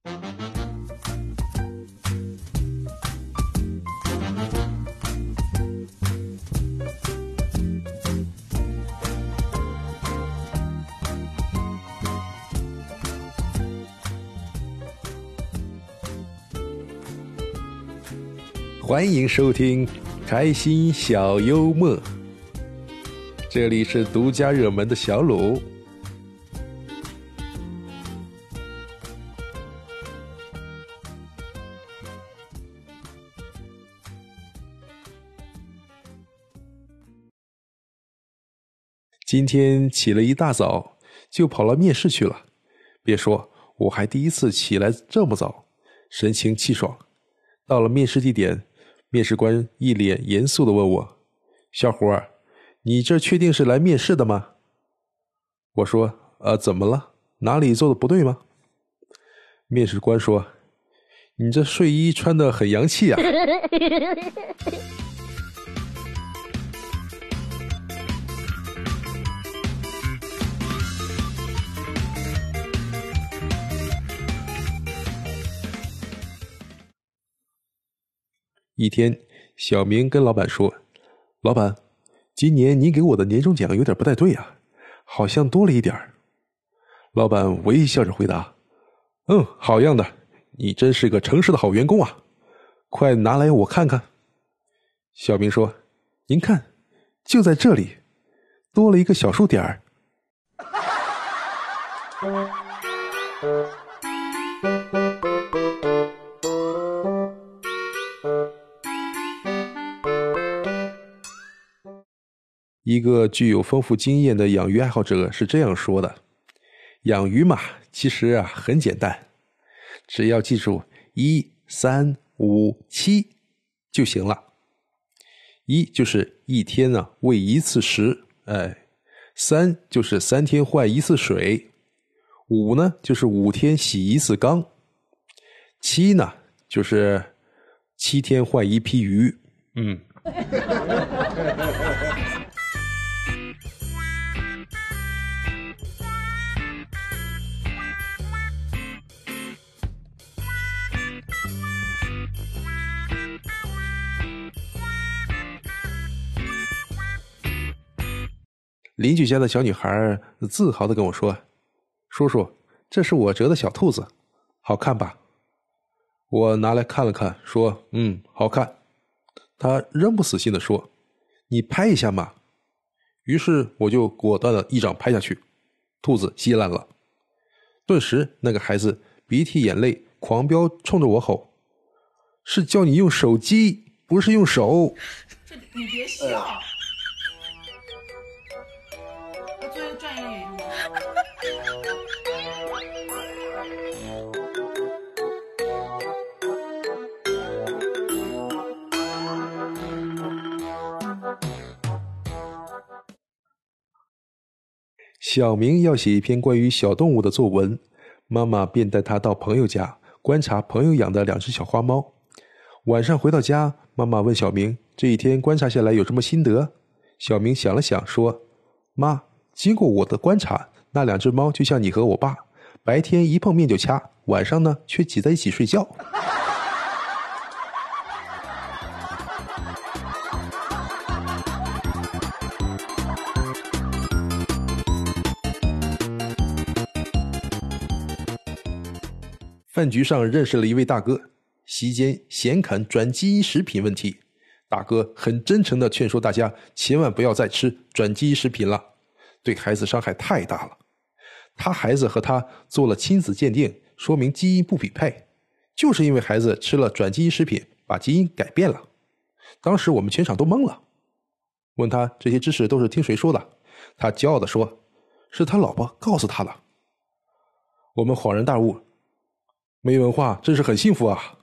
欢迎收听开心小幽默，这里是独家热门的小鲁。今天起了一大早就跑了面试去了，别说我还第一次起来这么早，神清气爽。到了面试地点，面试官一脸严肃地问我：小伙儿，你这确定是来面试的吗？我说怎么了？哪里做的不对吗？面试官说：你这睡衣穿得很洋气啊。一天，小明跟老板说：老板，今年你给我的年终奖有点不太对啊，好像多了一点。老板微笑着回答：好样的，你真是个诚实的好员工啊，快拿来我看看。小明说：您看，就在这里，多了一个小数点儿。一个具有丰富经验的养鱼爱好者是这样说的：养鱼嘛，其实很简单，只要记住1、3、5、7就行了。1就是一天喂一次食，3就是3天换一次水，5呢就是5天洗一次缸，7呢就是7天换一批鱼。邻居家的小女孩自豪地跟我说：叔叔，这是我折的小兔子，好看吧？我拿来看了看，说好看。她仍不死心地说：你拍一下嘛。于是我就果断地一掌拍下去，兔子稀烂了。顿时那个孩子鼻涕眼泪狂飙，冲着我吼：是叫你用手机，不是用手。 你别笑。最专业语录。 小明要写一篇关于小动物的作文，妈妈便带他到朋友家观察朋友养的2只小花猫。晚上回到家，妈妈问小明这一天观察下来有什么心得。小明想了想说：妈，经过我的观察，那2只猫就像你和我爸，白天一碰面就掐，晚上呢却挤在一起睡觉。饭局上认识了一位大哥，席间闲侃转基因食品问题。大哥很真诚地劝说大家千万不要再吃转基因食品了，对孩子伤害太大了。他孩子和他做了亲子鉴定，说明基因不匹配，就是因为孩子吃了转基因食品，把基因改变了。当时我们全场都懵了，问他这些知识都是听谁说的，他骄傲地说是他老婆告诉他的。我们恍然大悟，没文化真是很幸福啊。